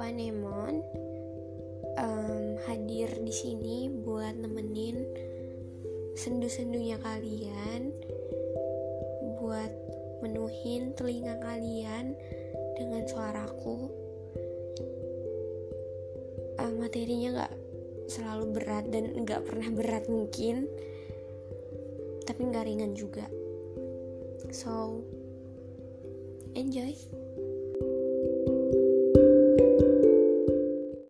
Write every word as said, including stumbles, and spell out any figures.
aku Anemon, um, hadir di sini buat nemenin sendu-sendunya kalian, buat menuhin telinga kalian dengan suaraku. Uh, materinya gak selalu berat dan gak pernah berat mungkin, tapi gak ringan juga. So, enjoy.